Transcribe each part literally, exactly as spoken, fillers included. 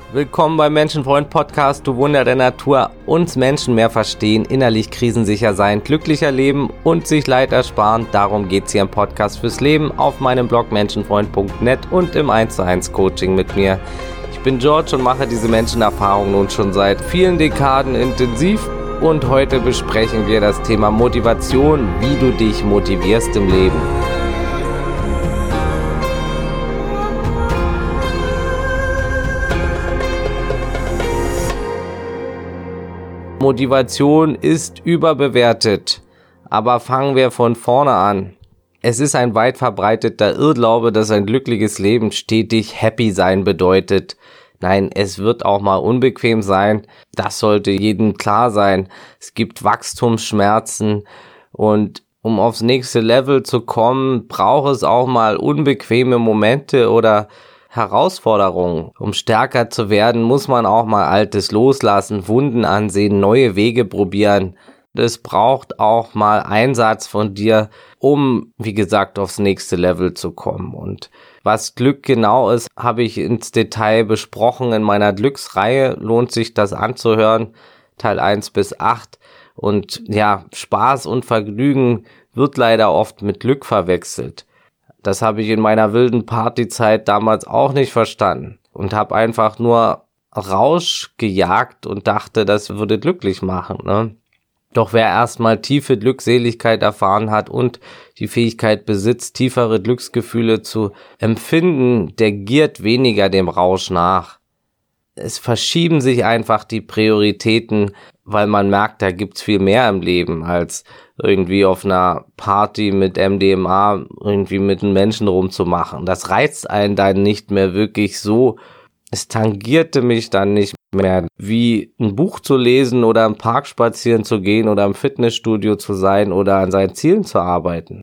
Willkommen beim Menschenfreund-Podcast, du Wunder der Natur. Uns Menschen mehr verstehen, innerlich krisensicher sein, glücklicher leben und sich Leid ersparen. Darum geht's hier im Podcast fürs Leben auf meinem Blog menschenfreund punkt net und im eins zu eins Coaching mit mir. Ich bin George und mache diese Menschenerfahrung nun schon seit vielen Dekaden intensiv. Und heute besprechen wir das Thema Motivation, wie du dich motivierst im Leben. Motivation ist überbewertet, aber fangen wir von vorne an. Es ist ein weit verbreiteter Irrglaube, dass ein glückliches Leben stetig happy sein bedeutet. Nein, es wird auch mal unbequem sein, das sollte jedem klar sein. Es gibt Wachstumsschmerzen und um aufs nächste Level zu kommen, braucht es auch mal unbequeme Momente oder Herausforderungen. Um stärker zu werden, muss man auch mal Altes loslassen, Wunden ansehen, neue Wege probieren. Es braucht auch mal Einsatz von dir, um, wie gesagt, aufs nächste Level zu kommen. Und was Glück genau ist, habe ich ins Detail besprochen in meiner Glücksreihe. Lohnt sich das anzuhören, Teil eins bis acht. Und ja, Spaß und Vergnügen wird leider oft mit Glück verwechselt. Das habe ich in meiner wilden Partyzeit damals auch nicht verstanden und habe einfach nur Rausch gejagt und dachte, das würde glücklich machen, ne? Doch wer erstmal tiefe Glückseligkeit erfahren hat und die Fähigkeit besitzt, tiefere Glücksgefühle zu empfinden, der giert weniger dem Rausch nach. Es verschieben sich einfach die Prioritäten, weil man merkt, da gibt's viel mehr im Leben als irgendwie auf einer Party mit M D M A irgendwie mit den Menschen rumzumachen. Das reizt einen dann nicht mehr wirklich so. Es tangierte mich dann nicht mehr, wie ein Buch zu lesen oder im Park spazieren zu gehen oder im Fitnessstudio zu sein oder an seinen Zielen zu arbeiten.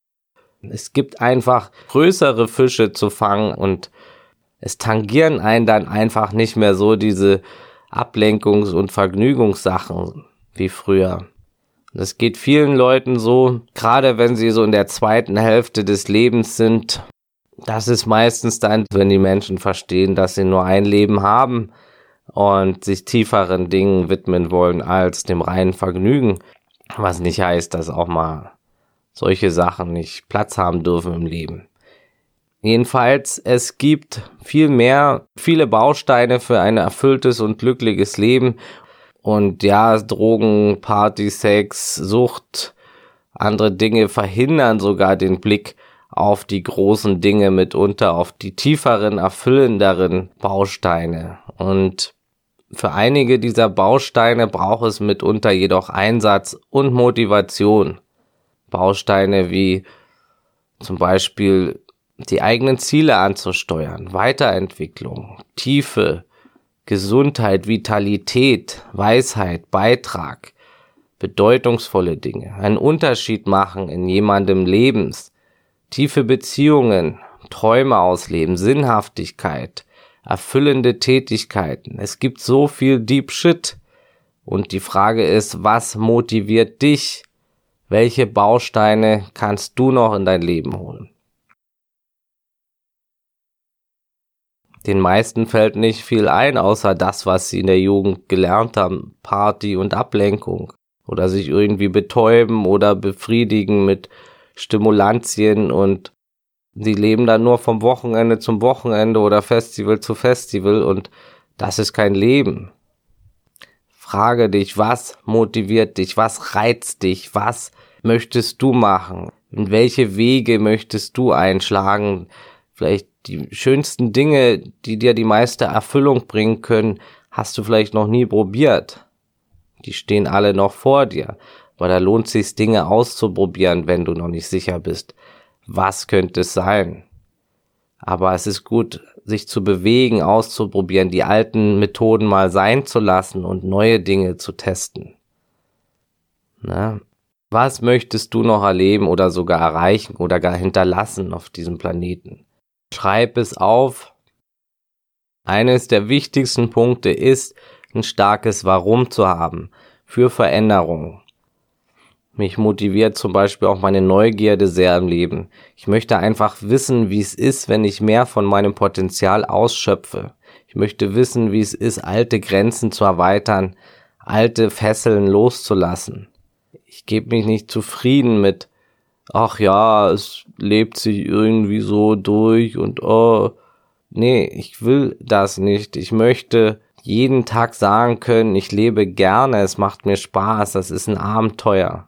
Es gibt einfach größere Fische zu fangen und es tangieren einen dann einfach nicht mehr so diese Ablenkungs- und Vergnügungssachen wie früher. Das geht vielen Leuten so, gerade wenn sie so in der zweiten Hälfte des Lebens sind. Das ist meistens dann, wenn die Menschen verstehen, dass sie nur ein Leben haben und sich tieferen Dingen widmen wollen als dem reinen Vergnügen. Was nicht heißt, dass auch mal solche Sachen nicht Platz haben dürfen im Leben. Jedenfalls, es gibt viel mehr, viele Bausteine für ein erfülltes und glückliches Leben. Und ja, Drogen, Party, Sex, Sucht, andere Dinge verhindern sogar den Blick auf die großen Dinge mitunter, auf die tieferen, erfüllenderen Bausteine. Und für einige dieser Bausteine braucht es mitunter jedoch Einsatz und Motivation. Bausteine wie zum Beispiel die eigenen Ziele anzusteuern, Weiterentwicklung, Tiefe, Gesundheit, Vitalität, Weisheit, Beitrag, bedeutungsvolle Dinge, einen Unterschied machen in jemandem Lebens, tiefe Beziehungen, Träume ausleben, Sinnhaftigkeit, erfüllende Tätigkeiten. Es gibt so viel Deep Shit und die Frage ist, was motiviert dich? Welche Bausteine kannst du noch in dein Leben holen? Den meisten fällt nicht viel ein, außer das, was sie in der Jugend gelernt haben, Party und Ablenkung oder sich irgendwie betäuben oder befriedigen mit Stimulantien und sie leben dann nur vom Wochenende zum Wochenende oder Festival zu Festival und das ist kein Leben. Frage dich, was motiviert dich, was reizt dich, was möchtest du machen, in welche Wege möchtest du einschlagen, vielleicht die schönsten Dinge, die dir die meiste Erfüllung bringen können, hast du vielleicht noch nie probiert. Die stehen alle noch vor dir, weil da lohnt es sich, Dinge auszuprobieren, wenn du noch nicht sicher bist. Was könnte es sein? Aber es ist gut, sich zu bewegen, auszuprobieren, die alten Methoden mal sein zu lassen und neue Dinge zu testen. Na, was möchtest du noch erleben oder sogar erreichen oder gar hinterlassen auf diesem Planeten? Schreib es auf. Eines der wichtigsten Punkte ist, ein starkes Warum zu haben für Veränderungen. Mich motiviert zum Beispiel auch meine Neugierde sehr im Leben. Ich möchte einfach wissen, wie es ist, wenn ich mehr von meinem Potenzial ausschöpfe. Ich möchte wissen, wie es ist, alte Grenzen zu erweitern, alte Fesseln loszulassen. Ich gebe mich nicht zufrieden mit, ach ja, es lebt sich irgendwie so durch und oh. Nee, ich will das nicht. Ich möchte jeden Tag sagen können, ich lebe gerne, es macht mir Spaß, das ist ein Abenteuer.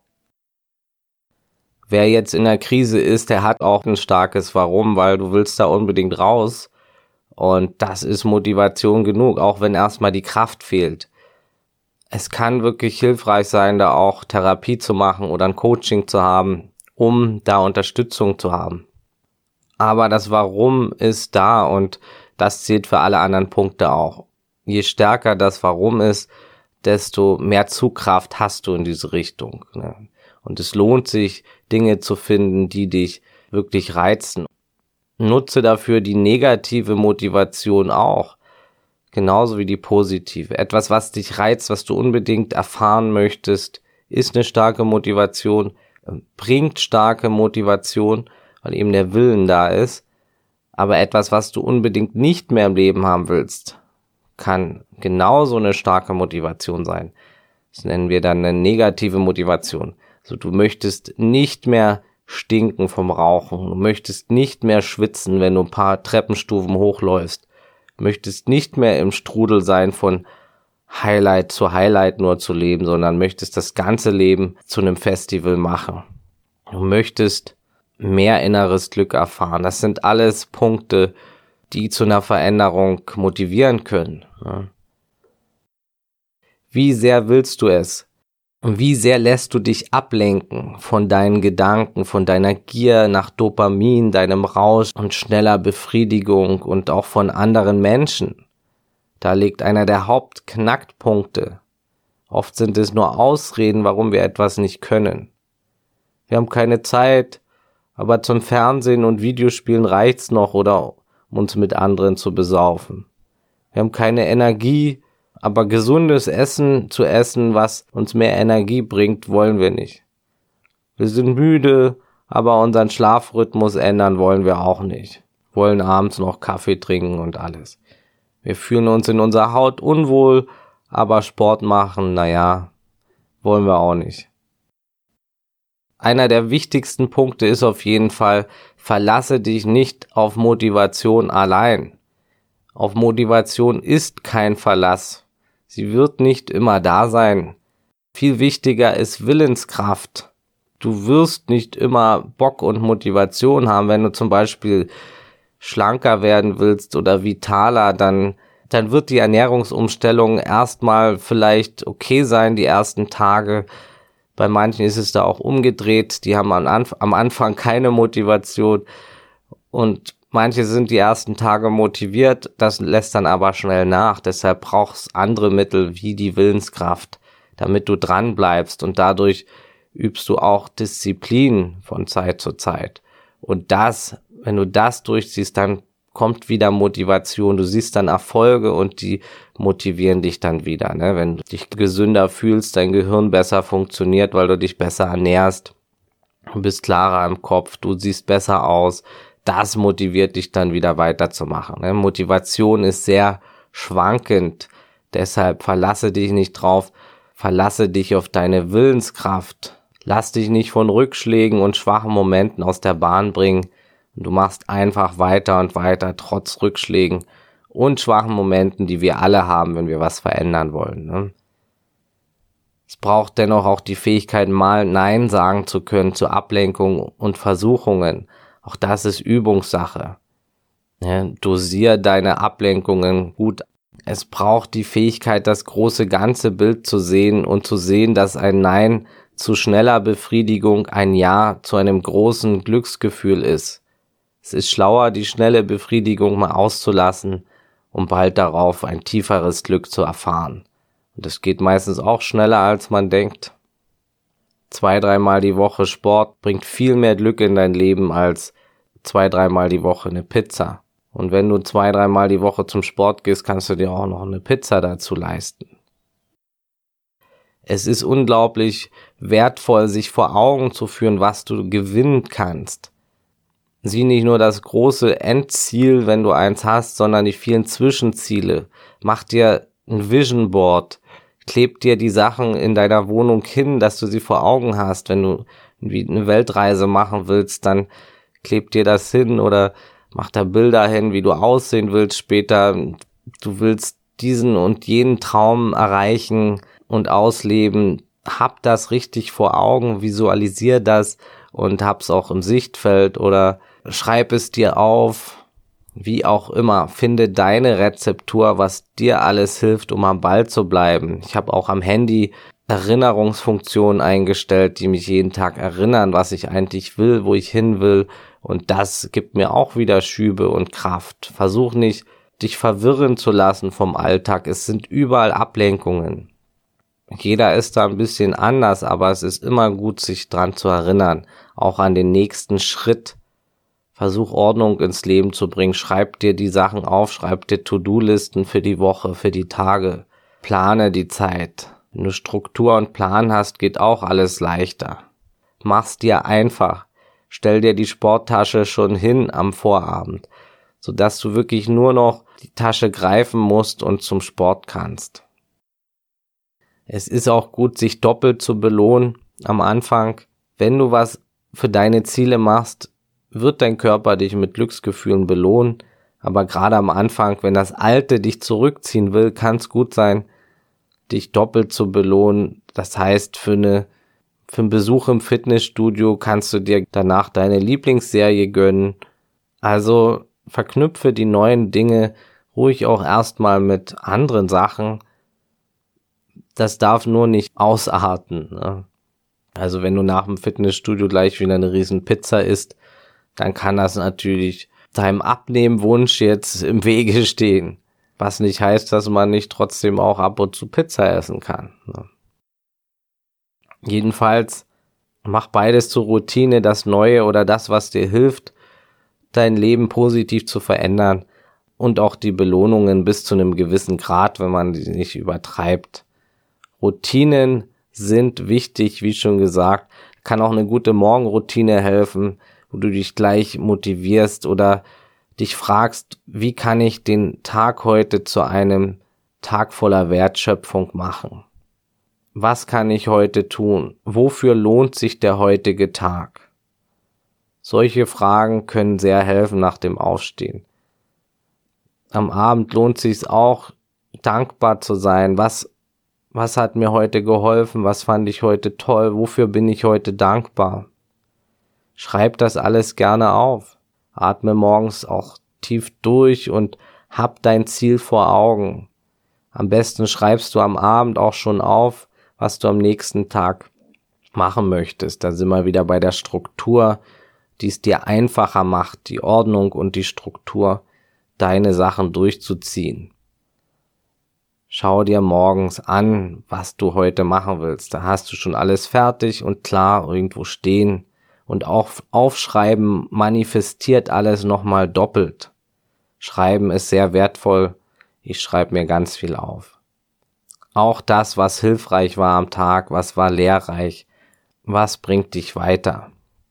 Wer jetzt in der Krise ist, der hat auch ein starkes Warum, weil du willst da unbedingt raus. Und das ist Motivation genug, auch wenn erstmal die Kraft fehlt. Es kann wirklich hilfreich sein, da auch Therapie zu machen oder ein Coaching zu haben, um da Unterstützung zu haben. Aber das Warum ist da und das zählt für alle anderen Punkte auch. Je stärker das Warum ist, desto mehr Zugkraft hast du in diese Richtung. Ne? Und es lohnt sich, Dinge zu finden, die dich wirklich reizen. Nutze dafür die negative Motivation auch, genauso wie die positive. Etwas, was dich reizt, was du unbedingt erfahren möchtest, ist eine starke Motivation, bringt starke Motivation, weil eben der Willen da ist. Aber etwas, was du unbedingt nicht mehr im Leben haben willst, kann genauso eine starke Motivation sein. Das nennen wir dann eine negative Motivation. Also du möchtest nicht mehr stinken vom Rauchen, du möchtest nicht mehr schwitzen, wenn du ein paar Treppenstufen hochläufst, du möchtest nicht mehr im Strudel sein von Highlight zu Highlight nur zu leben, sondern möchtest das ganze Leben zu einem Festival machen. Du möchtest mehr inneres Glück erfahren. Das sind alles Punkte, die zu einer Veränderung motivieren können. Wie sehr willst du es? Und wie sehr lässt du dich ablenken von deinen Gedanken, von deiner Gier nach Dopamin, deinem Rausch und schneller Befriedigung und auch von anderen Menschen? Da liegt einer der Hauptknackpunkte. Oft sind es nur Ausreden, warum wir etwas nicht können. Wir haben keine Zeit, aber zum Fernsehen und Videospielen reicht's noch oder um uns mit anderen zu besaufen. Wir haben keine Energie, aber gesundes Essen zu essen, was uns mehr Energie bringt, wollen wir nicht. Wir sind müde, aber unseren Schlafrhythmus ändern wollen wir auch nicht. Wollen abends noch Kaffee trinken und alles. Wir fühlen uns in unserer Haut unwohl, aber Sport machen, naja, wollen wir auch nicht. Einer der wichtigsten Punkte ist auf jeden Fall, verlasse dich nicht auf Motivation allein. Auf Motivation ist kein Verlass. Sie wird nicht immer da sein. Viel wichtiger ist Willenskraft. Du wirst nicht immer Bock und Motivation haben, wenn du zum Beispiel schlanker werden willst oder vitaler, dann, dann wird die Ernährungsumstellung erstmal vielleicht okay sein, die ersten Tage. Bei manchen ist es da auch umgedreht, die haben am, Anf- am Anfang keine Motivation und manche sind die ersten Tage motiviert, das lässt dann aber schnell nach. Deshalb brauchst du andere Mittel wie die Willenskraft, damit du dran bleibst und dadurch übst du auch Disziplin von Zeit zu Zeit. Und das, wenn du das durchziehst, dann kommt wieder Motivation. Du siehst dann Erfolge und die motivieren dich dann wieder. Ne? Wenn du dich gesünder fühlst, dein Gehirn besser funktioniert, weil du dich besser ernährst, du bist klarer im Kopf, du siehst besser aus. Das motiviert dich dann wieder weiterzumachen. Ne? Motivation ist sehr schwankend. Deshalb verlasse dich nicht drauf. Verlasse dich auf deine Willenskraft. Lass dich nicht von Rückschlägen und schwachen Momenten aus der Bahn bringen. Du machst einfach weiter und weiter, trotz Rückschlägen und schwachen Momenten, die wir alle haben, wenn wir was verändern wollen. Ne? Es braucht dennoch auch die Fähigkeit, mal Nein sagen zu können zu Ablenkung und Versuchungen. Auch das ist Übungssache. Ne? Dosier deine Ablenkungen gut. Es braucht die Fähigkeit, das große ganze Bild zu sehen und zu sehen, dass ein Nein zu schneller Befriedigung ein Ja zu einem großen Glücksgefühl ist. Es ist schlauer, die schnelle Befriedigung mal auszulassen, um bald darauf ein tieferes Glück zu erfahren. Und das geht meistens auch schneller, als man denkt. Zwei, dreimal die Woche Sport bringt viel mehr Glück in dein Leben als zwei, dreimal die Woche eine Pizza. Und wenn du zwei, dreimal die Woche zum Sport gehst, kannst du dir auch noch eine Pizza dazu leisten. Es ist unglaublich wertvoll, sich vor Augen zu führen, was du gewinnen kannst. Sieh nicht nur das große Endziel, wenn du eins hast, sondern die vielen Zwischenziele. Mach dir ein Vision Board. Kleb dir die Sachen in deiner Wohnung hin, dass du sie vor Augen hast. Wenn du irgendwie eine Weltreise machen willst, dann kleb dir das hin oder mach da Bilder hin, wie du aussehen willst später. Du willst diesen und jenen Traum erreichen und ausleben. Hab das richtig vor Augen, visualisier das und hab's auch im Sichtfeld oder schreib es dir auf, wie auch immer. Finde deine Rezeptur, was dir alles hilft, um am Ball zu bleiben. Ich habe auch am Handy Erinnerungsfunktionen eingestellt, die mich jeden Tag erinnern, was ich eigentlich will, wo ich hin will. Und das gibt mir auch wieder Schübe und Kraft. Versuch nicht, dich verwirren zu lassen vom Alltag. Es sind überall Ablenkungen. Jeder ist da ein bisschen anders, aber es ist immer gut, sich dran zu erinnern. Auch an den nächsten Schritt. Versuch Ordnung ins Leben zu bringen. Schreib dir die Sachen auf, schreib dir To-Do-Listen für die Woche, für die Tage. Plane die Zeit. Wenn du Struktur und Plan hast, geht auch alles leichter. Mach's dir einfach. Stell dir die Sporttasche schon hin am Vorabend, sodass du wirklich nur noch die Tasche greifen musst und zum Sport kannst. Es ist auch gut, sich doppelt zu belohnen am Anfang. Wenn du was für deine Ziele machst, wird dein Körper dich mit Glücksgefühlen belohnen. Aber gerade am Anfang, wenn das Alte dich zurückziehen will, kann es gut sein, dich doppelt zu belohnen. Das heißt, für eine für einen Besuch im Fitnessstudio kannst du dir danach deine Lieblingsserie gönnen. Also verknüpfe die neuen Dinge ruhig auch erstmal mit anderen Sachen. Das darf nur nicht ausarten, ne? Also wenn du nach dem Fitnessstudio gleich wieder eine riesen Pizza isst, dann kann das natürlich deinem Abnehmwunsch jetzt im Wege stehen. Was nicht heißt, dass man nicht trotzdem auch ab und zu Pizza essen kann, ne? Jedenfalls mach beides zur Routine, das Neue oder das, was dir hilft, dein Leben positiv zu verändern und auch die Belohnungen bis zu einem gewissen Grad, wenn man die nicht übertreibt. Routinen sind wichtig, wie schon gesagt. Kann auch eine gute Morgenroutine helfen, wo du dich gleich motivierst oder dich fragst, wie kann ich den Tag heute zu einem Tag voller Wertschöpfung machen? Was kann ich heute tun? Wofür lohnt sich der heutige Tag? Solche Fragen können sehr helfen nach dem Aufstehen. Am Abend lohnt es sich auch, dankbar zu sein. Was, was hat mir heute geholfen? Was fand ich heute toll? Wofür bin ich heute dankbar? Schreib das alles gerne auf. Atme morgens auch tief durch und hab dein Ziel vor Augen. Am besten schreibst du am Abend auch schon auf, was du am nächsten Tag machen möchtest. Da sind wir wieder bei der Struktur, die es dir einfacher macht, die Ordnung und die Struktur, deine Sachen durchzuziehen. Schau dir morgens an, was du heute machen willst. Da hast du schon alles fertig und klar irgendwo stehen. Und auch aufschreiben manifestiert alles nochmal doppelt. Schreiben ist sehr wertvoll. Ich schreibe mir ganz viel auf. Auch das, was hilfreich war am Tag, was war lehrreich, was bringt dich weiter.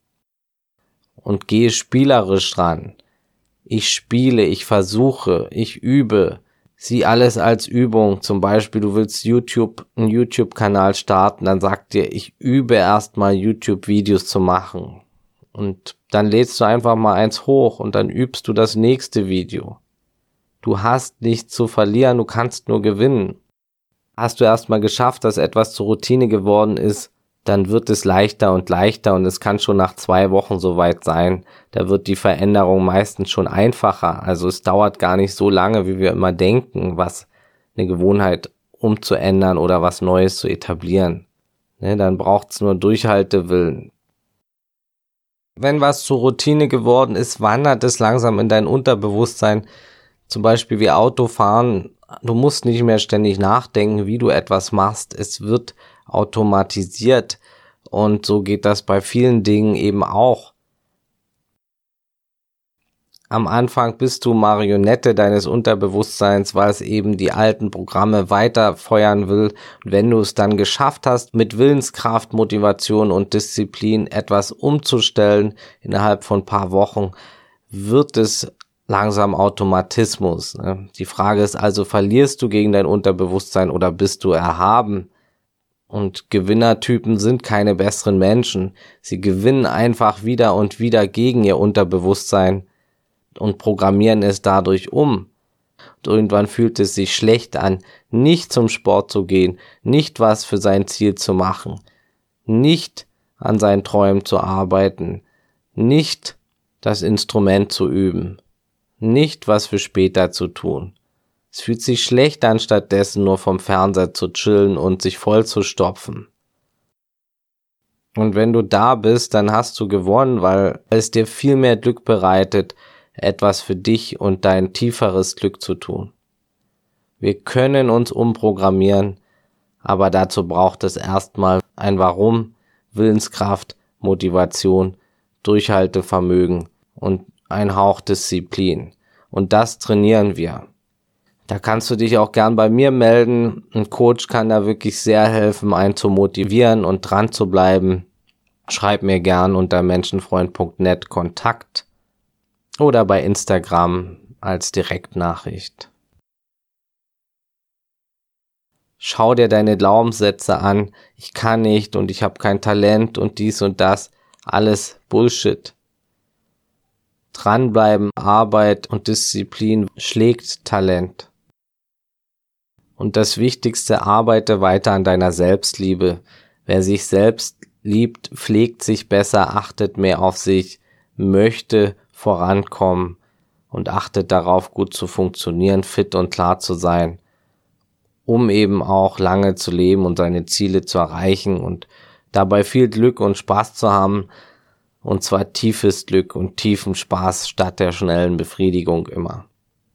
Und gehe spielerisch ran. Ich spiele, ich versuche, ich übe. Sieh alles als Übung. Zum Beispiel, du willst YouTube, einen YouTube-Kanal starten, dann sagt dir, ich übe erstmal YouTube-Videos zu machen. Und dann lädst du einfach mal eins hoch und dann übst du das nächste Video. Du hast nichts zu verlieren, du kannst nur gewinnen. Hast du erstmal geschafft, dass etwas zur Routine geworden ist, dann wird es leichter und leichter und es kann schon nach zwei Wochen soweit sein. Da wird die Veränderung meistens schon einfacher. Also es dauert gar nicht so lange, wie wir immer denken, was eine Gewohnheit umzuändern oder was Neues zu etablieren. Ne, dann braucht's nur Durchhaltewillen. Wenn was zur Routine geworden ist, wandert es langsam in dein Unterbewusstsein. Zum Beispiel wie Autofahren. Du musst nicht mehr ständig nachdenken, wie du etwas machst. Es wird automatisiert und so geht das bei vielen Dingen eben auch. Am Anfang bist du Marionette deines Unterbewusstseins, weil es eben die alten Programme weiterfeuern will. Und wenn du es dann geschafft hast, mit Willenskraft, Motivation und Disziplin etwas umzustellen, innerhalb von ein paar Wochen, wird es langsam Automatismus. Die Frage ist also, verlierst du gegen dein Unterbewusstsein oder bist du erhaben? Und Gewinnertypen sind keine besseren Menschen. Sie gewinnen einfach wieder und wieder gegen ihr Unterbewusstsein und programmieren es dadurch um. Und irgendwann fühlt es sich schlecht an, nicht zum Sport zu gehen, nicht was für sein Ziel zu machen, nicht an seinen Träumen zu arbeiten, nicht das Instrument zu üben, nicht was für später zu tun. Es fühlt sich schlecht an, stattdessen nur vom Fernseher zu chillen und sich voll zu stopfen. Und wenn du da bist, dann hast du gewonnen, weil es dir viel mehr Glück bereitet, etwas für dich und dein tieferes Glück zu tun. Wir können uns umprogrammieren, aber dazu braucht es erstmal ein Warum, Willenskraft, Motivation, Durchhaltevermögen und ein Hauch Disziplin. Und das trainieren wir. Da kannst du dich auch gern bei mir melden. Ein Coach kann da wirklich sehr helfen, einen zu motivieren und dran zu bleiben. Schreib mir gern unter menschenfreund punkt net Kontakt oder bei Instagram als Direktnachricht. Schau dir deine Glaubenssätze an. Ich kann nicht und ich habe kein Talent und dies und das. Alles Bullshit. Dranbleiben, Arbeit und Disziplin schlägt Talent. Und das Wichtigste, arbeite weiter an deiner Selbstliebe. Wer sich selbst liebt, pflegt sich besser, achtet mehr auf sich, möchte vorankommen und achtet darauf, gut zu funktionieren, fit und klar zu sein, um eben auch lange zu leben und seine Ziele zu erreichen und dabei viel Glück und Spaß zu haben, und zwar tiefes Glück und tiefen Spaß statt der schnellen Befriedigung immer.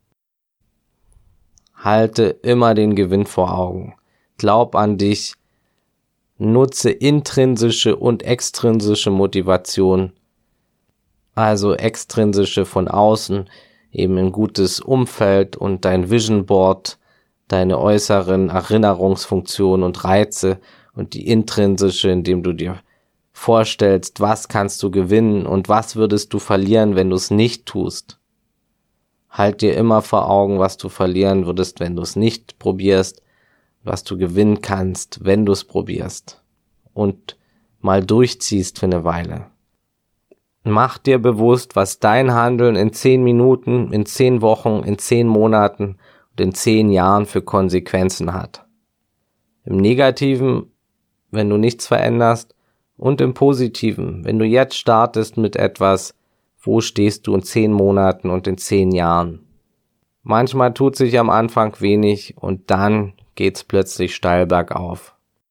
Halte immer den Gewinn vor Augen. Glaub an dich. Nutze intrinsische und extrinsische Motivation. Also extrinsische von außen, eben ein gutes Umfeld und dein Vision Board, deine äußeren Erinnerungsfunktionen und Reize, und die intrinsische, indem du dir vorstellst, was kannst du gewinnen und was würdest du verlieren, wenn du es nicht tust. Halt dir immer vor Augen, was du verlieren würdest, wenn du es nicht probierst, was du gewinnen kannst, wenn du es probierst und mal durchziehst für eine Weile. Mach dir bewusst, was dein Handeln in zehn Minuten, in zehn Wochen, in zehn Monaten und in zehn Jahren für Konsequenzen hat. Im Negativen, wenn du nichts veränderst, und im Positiven, wenn du jetzt startest mit etwas, wo stehst du in zehn Monaten und in zehn Jahren? Manchmal tut sich am Anfang wenig und dann geht's plötzlich steil bergauf.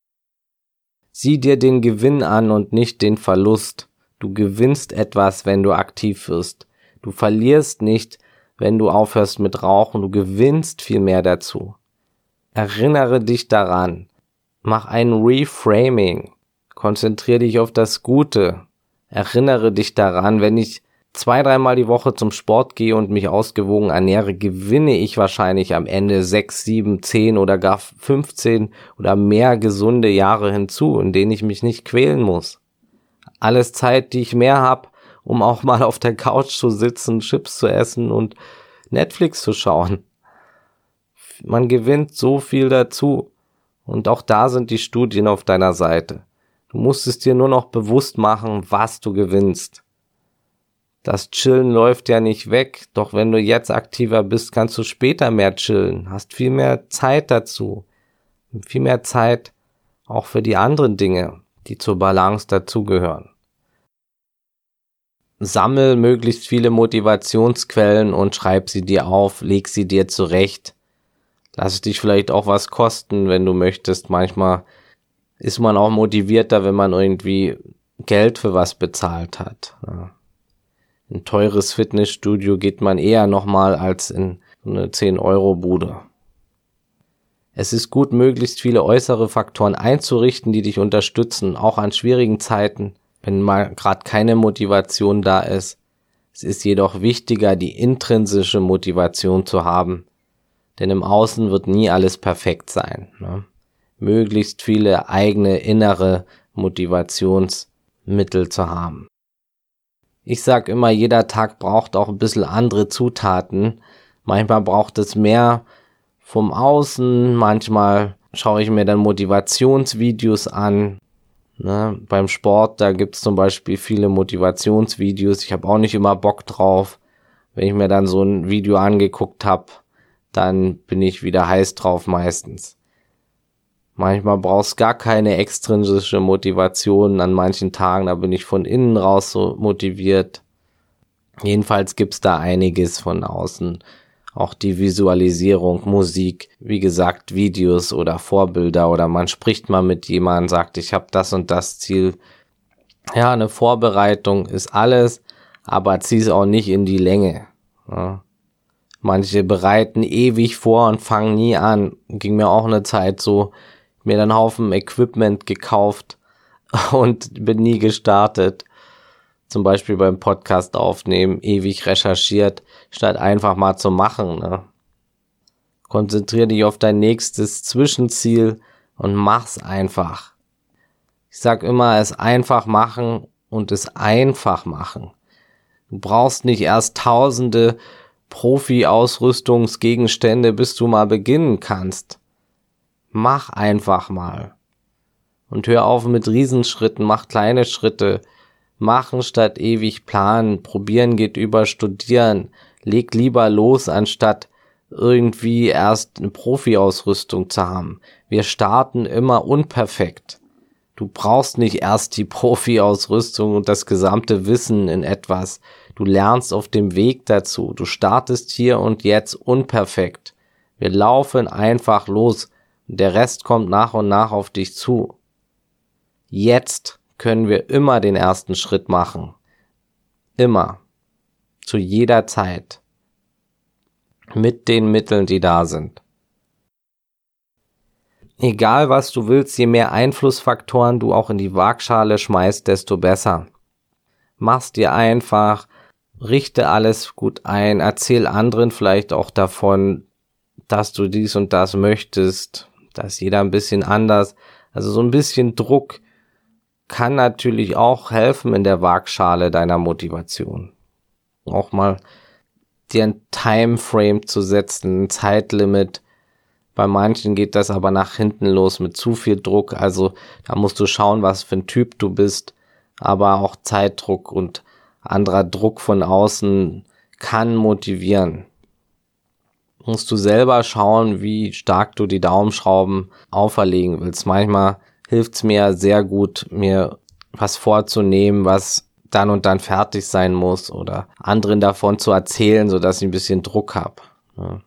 Sieh dir den Gewinn an und nicht den Verlust. Du gewinnst etwas, wenn du aktiv wirst. Du verlierst nicht, wenn du aufhörst mit Rauchen. Du gewinnst viel mehr dazu. Erinnere dich daran. Mach ein Reframing. Konzentriere dich auf das Gute. Erinnere dich daran, wenn ich zwei, dreimal die Woche zum Sport gehe und mich ausgewogen ernähre, gewinne ich wahrscheinlich am Ende sechs, sieben, zehn oder gar fünfzehn oder mehr gesunde Jahre hinzu, in denen ich mich nicht quälen muss. Alles Zeit, die ich mehr habe, um auch mal auf der Couch zu sitzen, Chips zu essen und Netflix zu schauen. Man gewinnt so viel dazu. Und auch da sind die Studien auf deiner Seite. Du musst es dir nur noch bewusst machen, was du gewinnst. Das Chillen läuft ja nicht weg, doch wenn du jetzt aktiver bist, kannst du später mehr chillen, hast viel mehr Zeit dazu, viel mehr Zeit auch für die anderen Dinge, die zur Balance dazugehören. Sammel möglichst viele Motivationsquellen und schreib sie dir auf, leg sie dir zurecht. Lass es dich vielleicht auch was kosten, wenn du möchtest. Manchmal ist man auch motivierter, wenn man irgendwie Geld für was bezahlt hat. Ja. In ein teures Fitnessstudio geht man eher nochmal als in eine zehn-Euro-Bude. Es ist gut, möglichst viele äußere Faktoren einzurichten, die dich unterstützen, auch an schwierigen Zeiten, wenn mal gerade keine Motivation da ist. Es ist jedoch wichtiger, die intrinsische Motivation zu haben, denn im Außen wird nie alles perfekt sein. Ne? Möglichst viele eigene innere Motivationsmittel zu haben. Ich sag immer, jeder Tag braucht auch ein bisschen andere Zutaten. Manchmal braucht es mehr vom Außen, manchmal schaue ich mir dann Motivationsvideos an. Ne? Beim Sport, da gibt's zum Beispiel viele Motivationsvideos. Ich habe auch nicht immer Bock drauf. Wenn ich mir dann so ein Video angeguckt habe, dann bin ich wieder heiß drauf meistens. Manchmal brauchst gar keine extrinsische Motivation an manchen Tagen, da bin ich von innen raus so motiviert. Jedenfalls gibt's da einiges von außen. Auch die Visualisierung, Musik, wie gesagt, Videos oder Vorbilder oder man spricht mal mit jemandem, sagt, ich habe das und das Ziel. Ja, eine Vorbereitung ist alles, aber zieh es auch nicht in die Länge. Ja. Manche bereiten ewig vor und fangen nie an. Ging mir auch eine Zeit so. Mir dann einen Haufen Equipment gekauft und bin nie gestartet. Zum Beispiel beim Podcast aufnehmen, ewig recherchiert, statt einfach mal zu machen. Ne? Konzentriere dich auf dein nächstes Zwischenziel und mach's einfach. Ich sag immer, es einfach machen und es einfach machen. Du brauchst nicht erst tausende Profi-Ausrüstungsgegenstände, bis du mal beginnen kannst. Mach einfach mal. Und hör auf mit Riesenschritten, mach kleine Schritte. Machen statt ewig planen, probieren geht über studieren. Leg lieber los, anstatt irgendwie erst eine Profi-Ausrüstung zu haben. Wir starten immer unperfekt. Du brauchst nicht erst die Profi-Ausrüstung und das gesamte Wissen in etwas. Du lernst auf dem Weg dazu. Du startest hier und jetzt unperfekt. Wir laufen einfach los. Der Rest kommt nach und nach auf dich zu. Jetzt können wir immer den ersten Schritt machen. Immer. Zu jeder Zeit. Mit den Mitteln, die da sind. Egal was du willst, je mehr Einflussfaktoren du auch in die Waagschale schmeißt, desto besser. Mach's dir einfach, richte alles gut ein, erzähl anderen vielleicht auch davon, dass du dies und das möchtest. Da ist jeder ein bisschen anders. Also so ein bisschen Druck kann natürlich auch helfen in der Waagschale deiner Motivation. Auch mal dir ein Timeframe zu setzen, ein Zeitlimit. Bei manchen geht das aber nach hinten los mit zu viel Druck. Also da musst du schauen, was für ein Typ du bist. Aber auch Zeitdruck und anderer Druck von außen kann motivieren. Musst du selber schauen, wie stark du die Daumenschrauben auferlegen willst. Manchmal hilft's mir sehr gut, mir was vorzunehmen, was dann und dann fertig sein muss oder anderen davon zu erzählen, sodass ich ein bisschen Druck habe. Ja.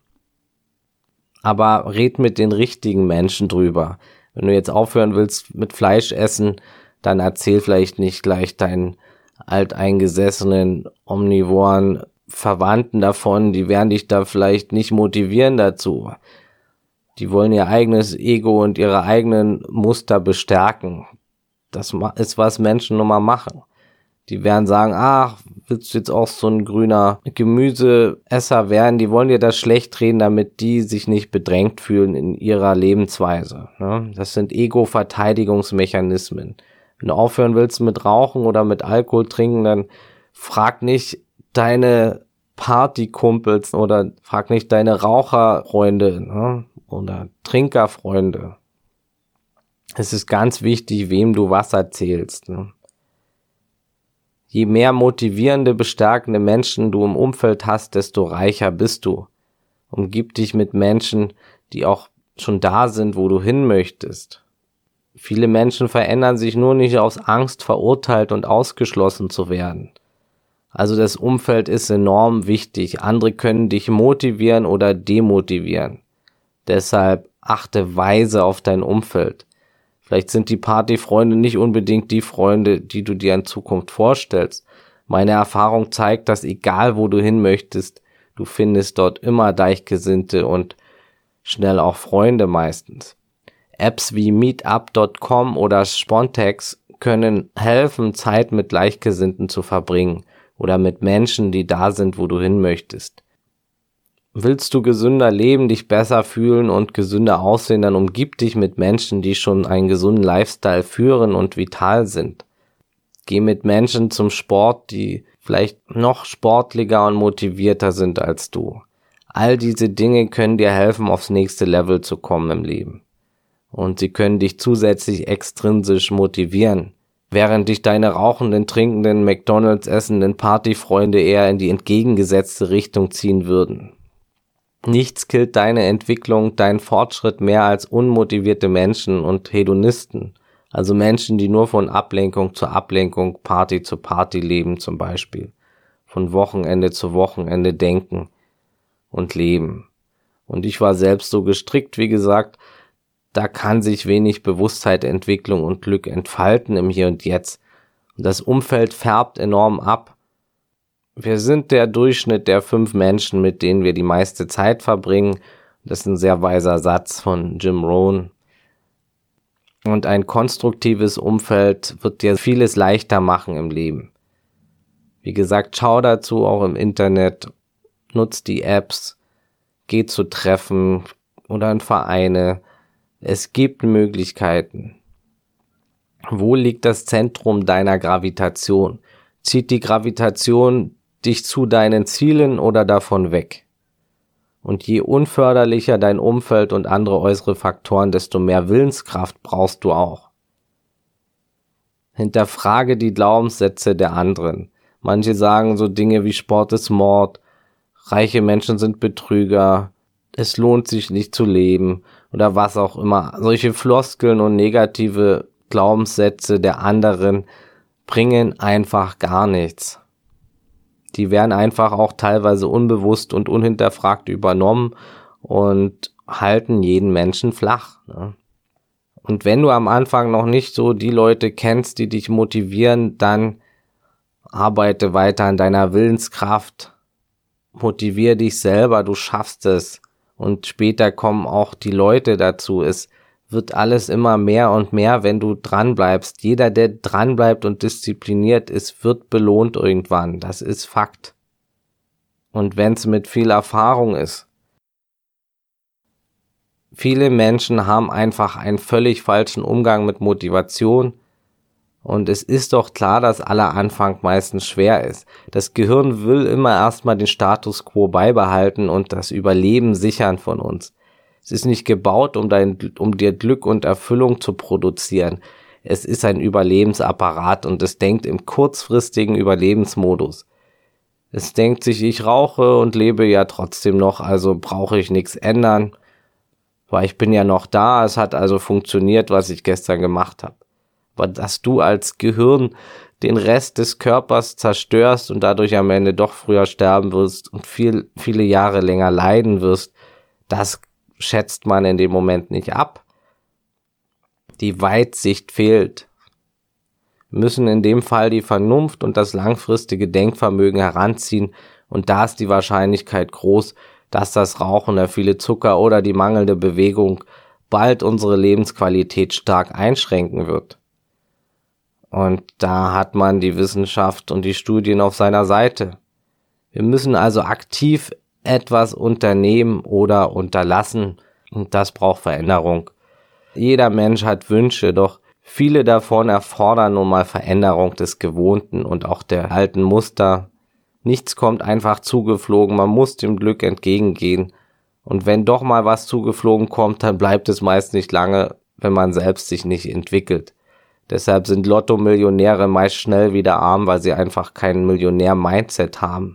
Aber red mit den richtigen Menschen drüber. Wenn du jetzt aufhören willst mit Fleisch essen, dann erzähl vielleicht nicht gleich deinen alteingesessenen, omnivoren Verwandten davon, die werden dich da vielleicht nicht motivieren dazu. Die wollen ihr eigenes Ego und ihre eigenen Muster bestärken. Das ist, was Menschen nun mal machen. Die werden sagen, ach, willst du jetzt auch so ein grüner Gemüseesser werden? Die wollen dir das schlecht reden, damit die sich nicht bedrängt fühlen in ihrer Lebensweise. Das sind Ego-Verteidigungsmechanismen. Wenn du aufhören willst mit Rauchen oder mit Alkohol trinken, dann frag nicht deine Partykumpels oder frag nicht deine Raucherfreunde, ne? Oder Trinkerfreunde. Es ist ganz wichtig, wem du was erzählst. Ne? Je mehr motivierende, bestärkende Menschen du im Umfeld hast, desto reicher bist du. Umgib dich mit Menschen, die auch schon da sind, wo du hin möchtest. Viele Menschen verändern sich nur nicht aus Angst, verurteilt und ausgeschlossen zu werden. Also das Umfeld ist enorm wichtig. Andere können dich motivieren oder demotivieren. Deshalb achte weise auf dein Umfeld. Vielleicht sind die Partyfreunde nicht unbedingt die Freunde, die du dir in Zukunft vorstellst. Meine Erfahrung zeigt, dass egal wo du hin möchtest, du findest dort immer Gleichgesinnte und schnell auch Freunde meistens. Apps wie meetup Punkt com oder Spontex können helfen, Zeit mit Gleichgesinnten zu verbringen oder mit Menschen, die da sind, wo du hin möchtest. Willst du gesünder leben, dich besser fühlen und gesünder aussehen, dann umgib dich mit Menschen, die schon einen gesunden Lifestyle führen und vital sind. Geh mit Menschen zum Sport, die vielleicht noch sportlicher und motivierter sind als du. All diese Dinge können dir helfen, aufs nächste Level zu kommen im Leben. Und sie können dich zusätzlich extrinsisch motivieren, während dich deine rauchenden, trinkenden, McDonald's essenden Partyfreunde eher in die entgegengesetzte Richtung ziehen würden. Nichts killt deine Entwicklung, deinen Fortschritt mehr als unmotivierte Menschen und Hedonisten, also Menschen, die nur von Ablenkung zu Ablenkung, Party zu Party leben zum Beispiel, von Wochenende zu Wochenende denken und leben. Und ich war selbst so gestrickt, wie gesagt, da kann sich wenig Bewusstheit, Entwicklung und Glück entfalten im Hier und Jetzt. Und das Umfeld färbt enorm ab. Wir sind der Durchschnitt der fünf Menschen, mit denen wir die meiste Zeit verbringen. Das ist ein sehr weiser Satz von Jim Rohn. Und ein konstruktives Umfeld wird dir vieles leichter machen im Leben. Wie gesagt, schau dazu auch im Internet, nutz die Apps, geh zu Treffen oder in Vereine. Es gibt Möglichkeiten. Wo liegt das Zentrum deiner Gravitation? Zieht die Gravitation dich zu deinen Zielen oder davon weg? Und je unförderlicher dein Umfeld und andere äußere Faktoren, desto mehr Willenskraft brauchst du auch. Hinterfrage die Glaubenssätze der anderen. Manche sagen so Dinge wie Sport ist Mord, reiche Menschen sind Betrüger, es lohnt sich nicht zu leben oder was auch immer. Solche Floskeln und negative Glaubenssätze der anderen bringen einfach gar nichts. Die werden einfach auch teilweise unbewusst und unhinterfragt übernommen und halten jeden Menschen flach, ne? Und wenn du am Anfang noch nicht so die Leute kennst, die dich motivieren, dann arbeite weiter an deiner Willenskraft, motiviere dich selber, du schaffst es. Und später kommen auch die Leute dazu. Es wird alles immer mehr und mehr, wenn du dranbleibst. Jeder, der dranbleibt und diszipliniert ist, wird belohnt irgendwann. Das ist Fakt. Und wenn es mit viel Erfahrung ist. Viele Menschen haben einfach einen völlig falschen Umgang mit Motivation. Und es ist doch klar, dass aller Anfang meistens schwer ist. Das Gehirn will immer erstmal den Status quo beibehalten und das Überleben sichern von uns. Es ist nicht gebaut, um, dein, um dir Glück und Erfüllung zu produzieren. Es ist ein Überlebensapparat und es denkt im kurzfristigen Überlebensmodus. Es denkt sich, ich rauche und lebe ja trotzdem noch, also brauche ich nichts ändern, weil ich bin ja noch da, es hat also funktioniert, was ich gestern gemacht habe. Aber dass du als Gehirn den Rest des Körpers zerstörst und dadurch am Ende doch früher sterben wirst und viel, viele Jahre länger leiden wirst, das schätzt man in dem Moment nicht ab. Die Weitsicht fehlt. Wir müssen in dem Fall die Vernunft und das langfristige Denkvermögen heranziehen und da ist die Wahrscheinlichkeit groß, dass das Rauchen, der viele Zucker oder die mangelnde Bewegung bald unsere Lebensqualität stark einschränken wird. Und da hat man die Wissenschaft und die Studien auf seiner Seite. Wir müssen also aktiv etwas unternehmen oder unterlassen und das braucht Veränderung. Jeder Mensch hat Wünsche, doch viele davon erfordern nun mal Veränderung des Gewohnten und auch der alten Muster. Nichts kommt einfach zugeflogen, man muss dem Glück entgegengehen. Und wenn doch mal was zugeflogen kommt, dann bleibt es meist nicht lange, wenn man selbst sich nicht entwickelt. Deshalb sind Lotto-Millionäre meist schnell wieder arm, weil sie einfach kein Millionär-Mindset haben.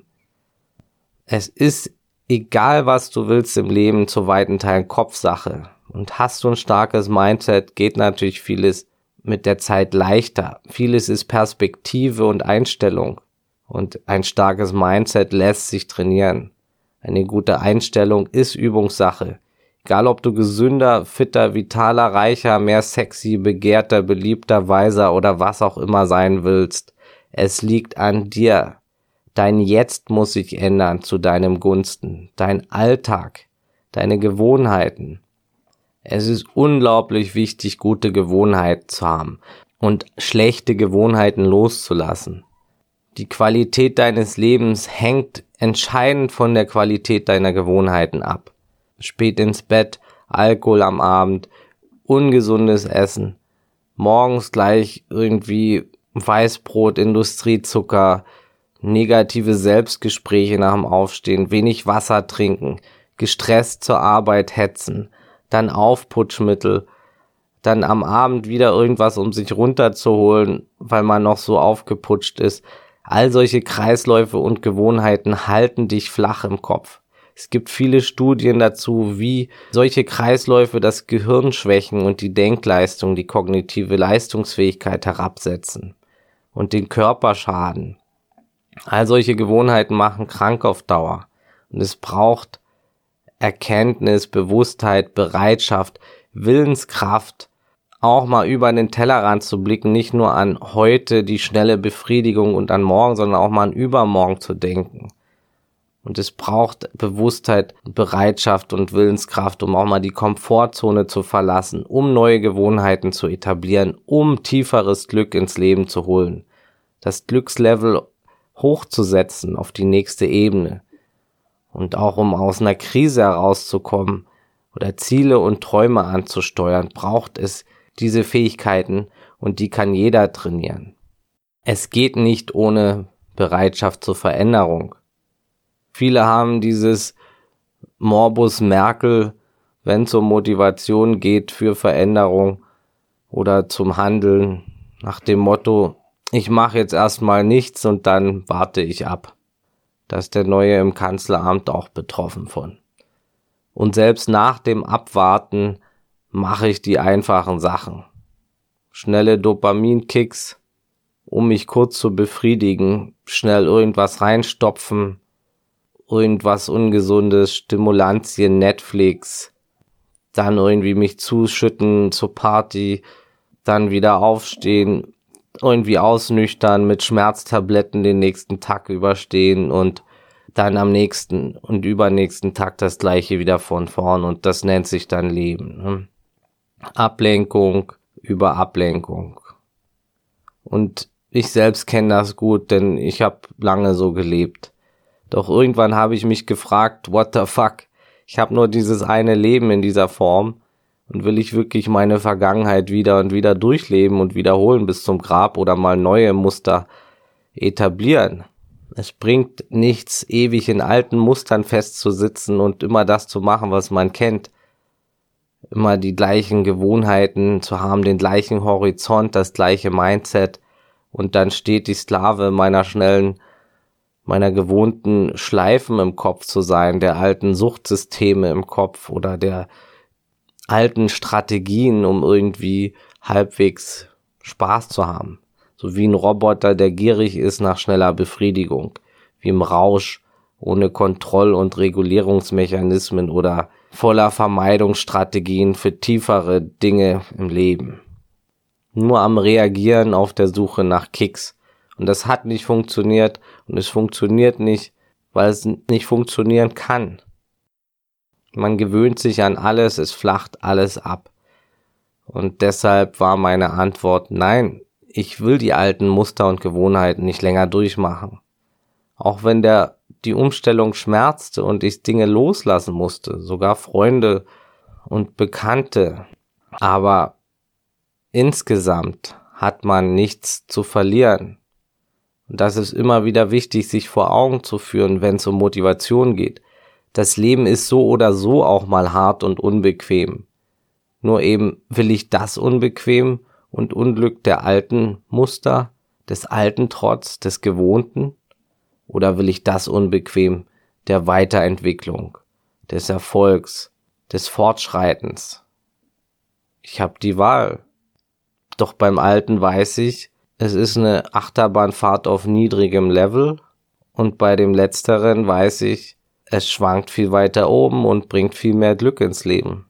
Es ist egal, was du willst im Leben, zu weiten Teilen Kopfsache. Und hast du ein starkes Mindset, geht natürlich vieles mit der Zeit leichter. Vieles ist Perspektive und Einstellung. Und ein starkes Mindset lässt sich trainieren. Eine gute Einstellung ist Übungssache. Egal ob du gesünder, fitter, vitaler, reicher, mehr sexy, begehrter, beliebter, weiser oder was auch immer sein willst. Es liegt an dir. Dein Jetzt muss sich ändern zu deinem Gunsten. Dein Alltag, deine Gewohnheiten. Es ist unglaublich wichtig, gute Gewohnheiten zu haben und schlechte Gewohnheiten loszulassen. Die Qualität deines Lebens hängt entscheidend von der Qualität deiner Gewohnheiten ab. Spät ins Bett, Alkohol am Abend, ungesundes Essen, morgens gleich irgendwie Weißbrot, Industriezucker, negative Selbstgespräche nach dem Aufstehen, wenig Wasser trinken, gestresst zur Arbeit hetzen, dann Aufputschmittel, dann am Abend wieder irgendwas, um sich runterzuholen, weil man noch so aufgeputscht ist. All solche Kreisläufe und Gewohnheiten halten dich flach im Kopf. Es gibt viele Studien dazu, wie solche Kreisläufe das Gehirn schwächen und die Denkleistung, die kognitive Leistungsfähigkeit herabsetzen und den Körper schaden. All solche Gewohnheiten machen krank auf Dauer. Und es braucht Erkenntnis, Bewusstheit, Bereitschaft, Willenskraft, auch mal über den Tellerrand zu blicken, nicht nur an heute die schnelle Befriedigung und an morgen, sondern auch mal an übermorgen zu denken. Und es braucht Bewusstheit, Bereitschaft und Willenskraft, um auch mal die Komfortzone zu verlassen, um neue Gewohnheiten zu etablieren, um tieferes Glück ins Leben zu holen. Das Glückslevel hochzusetzen auf die nächste Ebene. Und auch um aus einer Krise herauszukommen oder Ziele und Träume anzusteuern, braucht es diese Fähigkeiten und die kann jeder trainieren. Es geht nicht ohne Bereitschaft zur Veränderung. Viele haben dieses Morbus Merkel, wenn es um Motivation geht für Veränderung oder zum Handeln, nach dem Motto, ich mache jetzt erstmal nichts und dann warte ich ab. Da ist der Neue im Kanzleramt auch betroffen von. Und selbst nach dem Abwarten mache ich die einfachen Sachen. Schnelle Dopaminkicks, um mich kurz zu befriedigen, schnell irgendwas reinstopfen, irgendwas Ungesundes, Stimulantien, Netflix, dann irgendwie mich zuschütten zur Party, dann wieder aufstehen, irgendwie ausnüchtern, mit Schmerztabletten den nächsten Tag überstehen und dann am nächsten und übernächsten Tag das gleiche wieder von vorn und das nennt sich dann Leben. Ne? Ablenkung über Ablenkung. Und ich selbst kenne das gut, denn ich habe lange so gelebt. Doch irgendwann habe ich mich gefragt, what the fuck? Ich habe nur dieses eine Leben in dieser Form und will ich wirklich meine Vergangenheit wieder und wieder durchleben und wiederholen bis zum Grab oder mal neue Muster etablieren? Es bringt nichts, ewig in alten Mustern festzusitzen und immer das zu machen, was man kennt. Immer die gleichen Gewohnheiten zu haben, den gleichen Horizont, das gleiche Mindset und dann steht die Sklave meiner schnellen, meiner gewohnten Schleifen im Kopf zu sein, der alten Suchtsysteme im Kopf oder der alten Strategien, um irgendwie halbwegs Spaß zu haben. So wie ein Roboter, der gierig ist nach schneller Befriedigung, wie im Rausch, ohne Kontroll- und Regulierungsmechanismen oder voller Vermeidungsstrategien für tiefere Dinge im Leben. Nur am Reagieren auf der Suche nach Kicks. Und das hat nicht funktioniert und es funktioniert nicht, weil es nicht funktionieren kann. Man gewöhnt sich an alles, es flacht alles ab. Und deshalb war meine Antwort, nein, ich will die alten Muster und Gewohnheiten nicht länger durchmachen. Auch wenn der die Umstellung schmerzte und ich Dinge loslassen musste, sogar Freunde und Bekannte. Aber insgesamt hat man nichts zu verlieren. Und das ist immer wieder wichtig, sich vor Augen zu führen, wenn es um Motivation geht. Das Leben ist so oder so auch mal hart und unbequem. Nur eben will ich das Unbequem und Unglück der alten Muster, des alten Trotz, des Gewohnten? Oder will ich das Unbequem der Weiterentwicklung, des Erfolgs, des Fortschreitens? Ich habe die Wahl. Doch beim Alten weiß ich, es ist eine Achterbahnfahrt auf niedrigem Level und bei dem Letzteren weiß ich, es schwankt viel weiter oben und bringt viel mehr Glück ins Leben.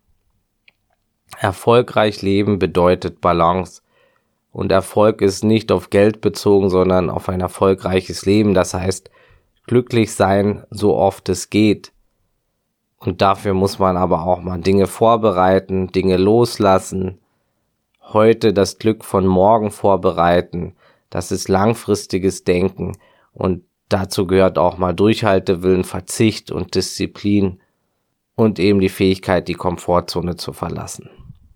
Erfolgreich leben bedeutet Balance. Und Erfolg ist nicht auf Geld bezogen, sondern auf ein erfolgreiches Leben. Das heißt, glücklich sein, so oft es geht. Und dafür muss man aber auch mal Dinge vorbereiten, Dinge loslassen. Heute das Glück von morgen vorbereiten. Das ist langfristiges Denken. Und dazu gehört auch mal Durchhaltewillen, Verzicht und Disziplin und eben die Fähigkeit, die Komfortzone zu verlassen.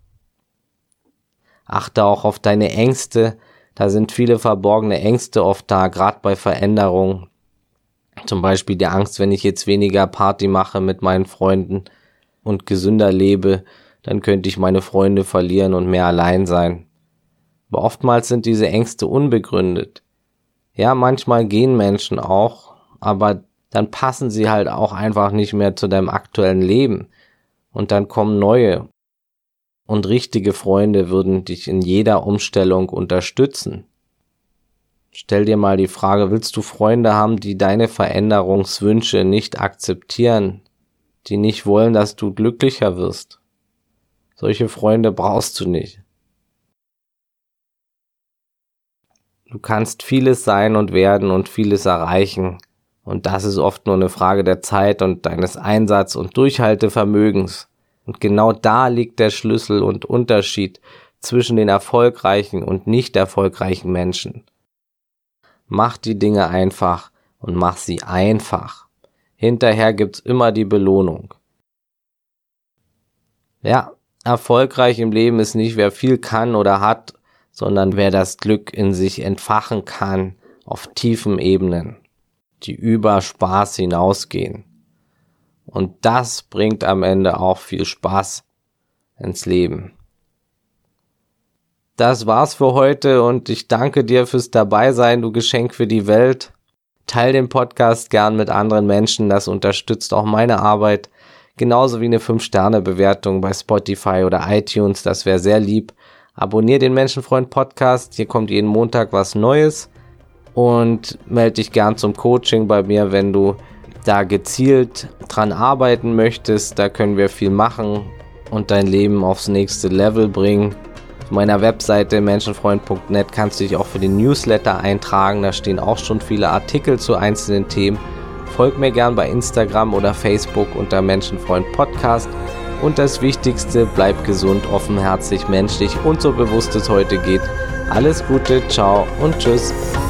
Achte auch auf deine Ängste. Da sind viele verborgene Ängste oft da, gerade bei Veränderungen. Zum Beispiel die Angst, wenn ich jetzt weniger Party mache mit meinen Freunden und gesünder lebe, dann könnte ich meine Freunde verlieren und mehr allein sein. Aber oftmals sind diese Ängste unbegründet. Ja, manchmal gehen Menschen auch, aber dann passen sie halt auch einfach nicht mehr zu deinem aktuellen Leben. Und dann kommen neue. Und richtige Freunde würden dich in jeder Umstellung unterstützen. Stell dir mal die Frage, willst du Freunde haben, die deine Veränderungswünsche nicht akzeptieren, die nicht wollen, dass du glücklicher wirst? Solche Freunde brauchst du nicht. Du kannst vieles sein und werden und vieles erreichen. Und das ist oft nur eine Frage der Zeit und deines Einsatz- und Durchhaltevermögens. Und genau da liegt der Schlüssel und Unterschied zwischen den erfolgreichen und nicht erfolgreichen Menschen. Mach die Dinge einfach und mach sie einfach. Hinterher gibt's immer die Belohnung. Ja, erfolgreich im Leben ist nicht, wer viel kann oder hat, sondern wer das Glück in sich entfachen kann auf tiefen Ebenen, die über Spaß hinausgehen. Und das bringt am Ende auch viel Spaß ins Leben. Das war's für heute und ich danke dir fürs Dabeisein, du Geschenk für die Welt. Teil den Podcast gern mit anderen Menschen, das unterstützt auch meine Arbeit. Genauso wie eine fünf Sterne Bewertung bei Spotify oder iTunes, das wäre sehr lieb. Abonnier den Menschenfreund Podcast, hier kommt jeden Montag was Neues. Und melde dich gern zum Coaching bei mir, wenn du da gezielt dran arbeiten möchtest. Da können wir viel machen und dein Leben aufs nächste Level bringen. Auf meiner Webseite menschenfreund punkt net kannst du dich auch für den Newsletter eintragen. Da stehen auch schon viele Artikel zu einzelnen Themen. Folg mir gern bei Instagram oder Facebook unter Menschenfreund Podcast. Und das Wichtigste, bleib gesund, offenherzig, menschlich und so bewusst es heute geht. Alles Gute, ciao und tschüss.